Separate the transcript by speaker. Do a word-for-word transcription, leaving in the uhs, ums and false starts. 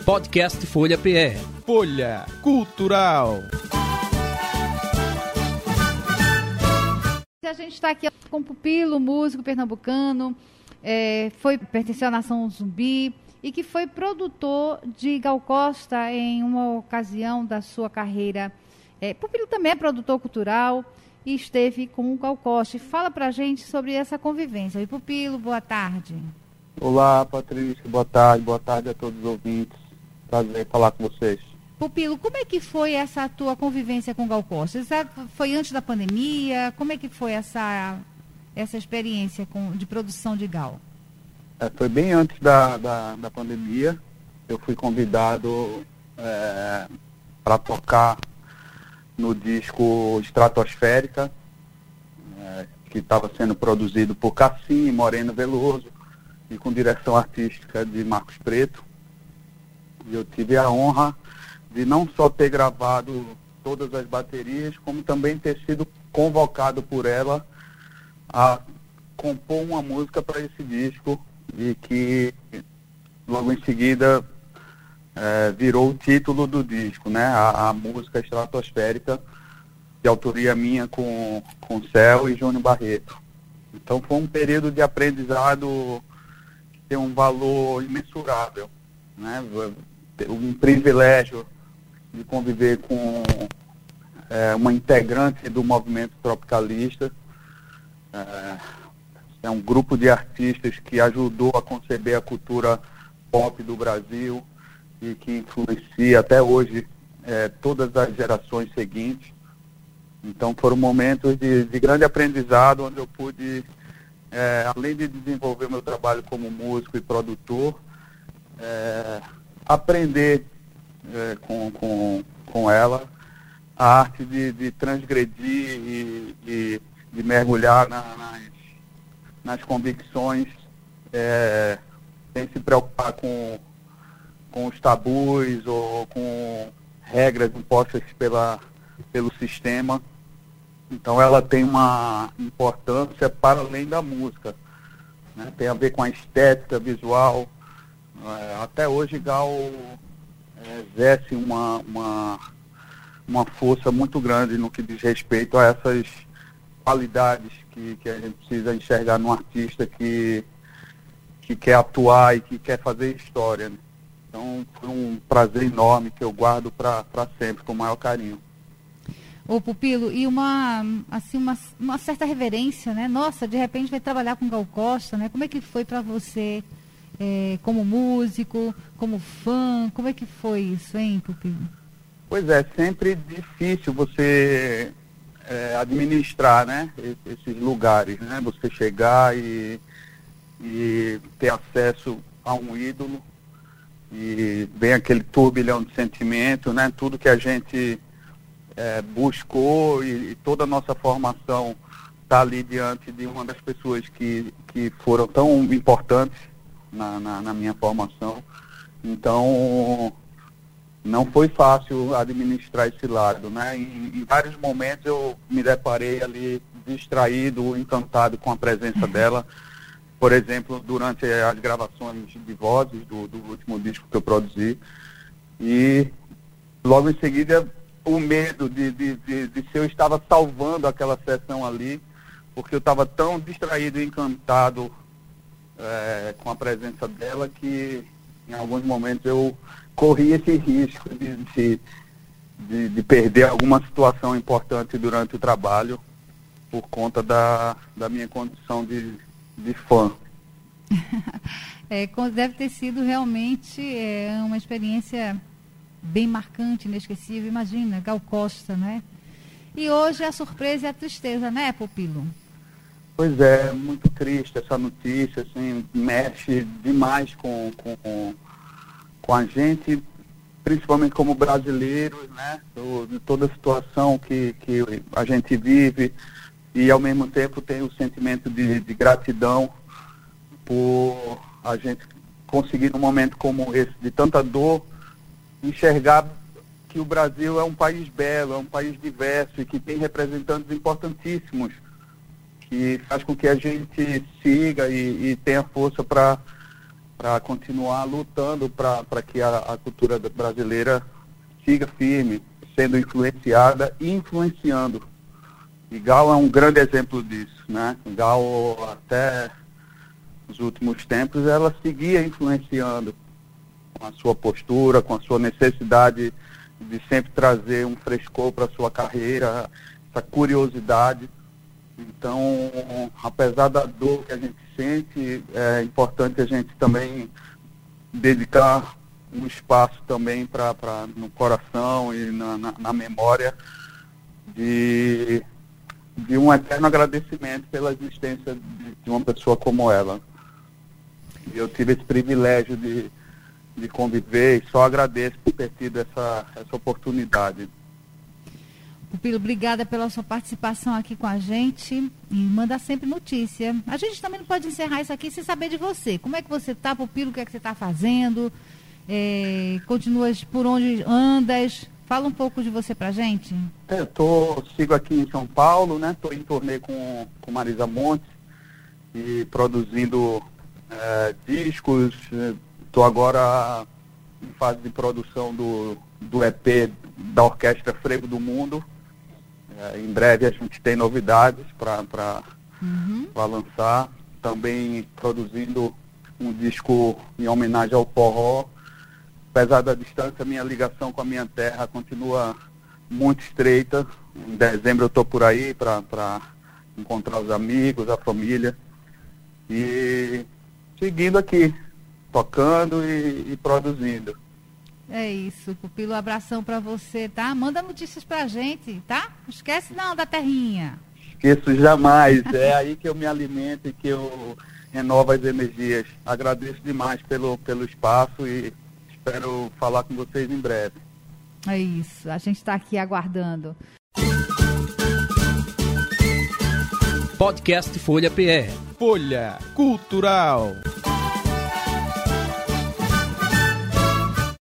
Speaker 1: Podcast Folha P R.
Speaker 2: Folha Cultural.
Speaker 3: A gente está aqui com o Pupilo, músico pernambucano, é, foi, pertenceu à Nação Zumbi e que foi produtor de Gal Costa em uma ocasião da sua carreira. É, Pupilo também é produtor cultural e esteve com o Gal Costa. Fala pra gente sobre essa convivência. E Pupilo, boa tarde.
Speaker 4: Olá, Patrícia, boa tarde, boa tarde a todos os ouvintes. Prazer falar com vocês.
Speaker 3: Pupilo, como é que foi essa tua convivência com o Gal Costa? Foi antes da pandemia? Como é que foi essa, essa experiência com, de produção de Gal?
Speaker 4: É, foi bem antes da, da, da pandemia. Eu fui convidado é, para tocar no disco Estratosférica, é, que estava sendo produzido por Cassim, Moreno Veloso, e com direção artística de Marcos Preto. E eu tive a honra de não só ter gravado todas as baterias, como também ter sido convocado por ela a compor uma música para esse disco, e que logo em seguida é, virou o título do disco, né? A, a música Estratosférica, de autoria minha com, com Céu e Júnior Barreto. Então foi um período de aprendizado que tem um valor imensurável, né? Um privilégio de conviver com é, uma integrante do movimento tropicalista. É, é um grupo de artistas que ajudou a conceber a cultura pop do Brasil e que influencia até hoje é, todas as gerações seguintes. Então foram momentos de, de grande aprendizado, onde eu pude, é, além de desenvolver meu trabalho como músico e produtor, é, aprender É, com, com, com ela a arte de, de transgredir e de, de mergulhar na, nas, nas convicções, é, sem se preocupar com, com os tabus ou com regras impostas pela, pelo sistema. Então ela tem uma importância para além da música, né? Tem a ver com a estética visual. É, até hoje Gal exerce uma, uma, uma força muito grande no que diz respeito a essas qualidades que, que a gente precisa enxergar num artista que, que quer atuar e que quer fazer história, né? Então foi um prazer enorme que eu guardo para sempre, com o maior carinho.
Speaker 3: Ô Pupilo, e uma, assim, uma, uma certa reverência, né? Nossa, de repente vai trabalhar com Gal Costa, né? Como é que foi para você? É, como músico, como fã, como é que foi isso, hein, Pupilo?
Speaker 4: Pois é, sempre difícil você é, administrar, né, esses lugares, né, você chegar e, e ter acesso a um ídolo, e vem aquele turbilhão de sentimento, né, tudo que a gente é, buscou e, e toda a nossa formação está ali diante de uma das pessoas que, que foram tão importantes Na, na, na minha formação. Então não foi fácil administrar esse lado, né? Em, em vários momentos eu me deparei ali distraído, encantado com a presença dela. Por exemplo, durante as gravações de vozes do, do último disco que eu produzi, e logo em seguida o medo de, de, de, de se eu estava salvando aquela sessão ali, porque eu estava tão distraído e encantado É, com a presença dela, que em alguns momentos eu corri esse risco de, de, de, de perder alguma situação importante durante o trabalho por conta da, da minha condição de, de fã.
Speaker 3: É, deve ter sido realmente é, uma experiência bem marcante, inesquecível. Imagina, Gal Costa, né? E hoje a surpresa e a tristeza, né, Pupilo?
Speaker 4: Pois é, muito triste essa notícia, assim, mexe demais com, com, com a gente, principalmente como brasileiros, né? De toda a situação que, que a gente vive, e ao mesmo tempo tem o sentimento de, de gratidão por a gente conseguir num momento como esse, de tanta dor, enxergar que o Brasil é um país belo, é um país diverso e que tem representantes importantíssimos, que faz com que a gente siga e, e tenha força para para continuar lutando para que a, a cultura brasileira siga firme, sendo influenciada e influenciando. E Gal é um grande exemplo disso, né? Gal, até os últimos tempos, ela seguia influenciando com a sua postura, com a sua necessidade de sempre trazer um frescor para a sua carreira, essa curiosidade. Então, apesar da dor que a gente sente, é importante a gente também dedicar um espaço também para no coração e na, na, na memória de, de um eterno agradecimento pela existência de, de uma pessoa como ela. Eu tive esse privilégio de, de conviver e só agradeço por ter tido essa, essa oportunidade.
Speaker 3: Pupilo, obrigada pela sua participação aqui com a gente e manda sempre notícia. A gente também não pode encerrar isso aqui sem saber de você. Como é que você está, Pupilo? O que é que você está fazendo? É, continuas por onde andas? Fala um pouco de você pra gente.
Speaker 4: É, eu tô, sigo aqui em São Paulo, né? Estou em turnê com, com Marisa Montes e produzindo é, discos. Estou agora em fase de produção do, do E P da Orquestra Frevo do Mundo. É, em breve a gente tem novidades para uhum. lançar. Também produzindo um disco em homenagem ao forró. Apesar da distância, minha ligação com a minha terra continua muito estreita. Em dezembro eu estou por aí para encontrar os amigos, a família. E seguindo aqui, tocando e, e produzindo.
Speaker 3: É isso, Pupilo, um abração para você, tá? Manda notícias pra gente, tá? Não esquece não da terrinha.
Speaker 4: Esqueço jamais, é aí que eu me alimento e que eu renovo as energias. Agradeço demais pelo, pelo espaço e espero falar com vocês em breve.
Speaker 3: É isso, a gente está aqui aguardando.
Speaker 1: Podcast Folha P E.
Speaker 2: Folha Cultural.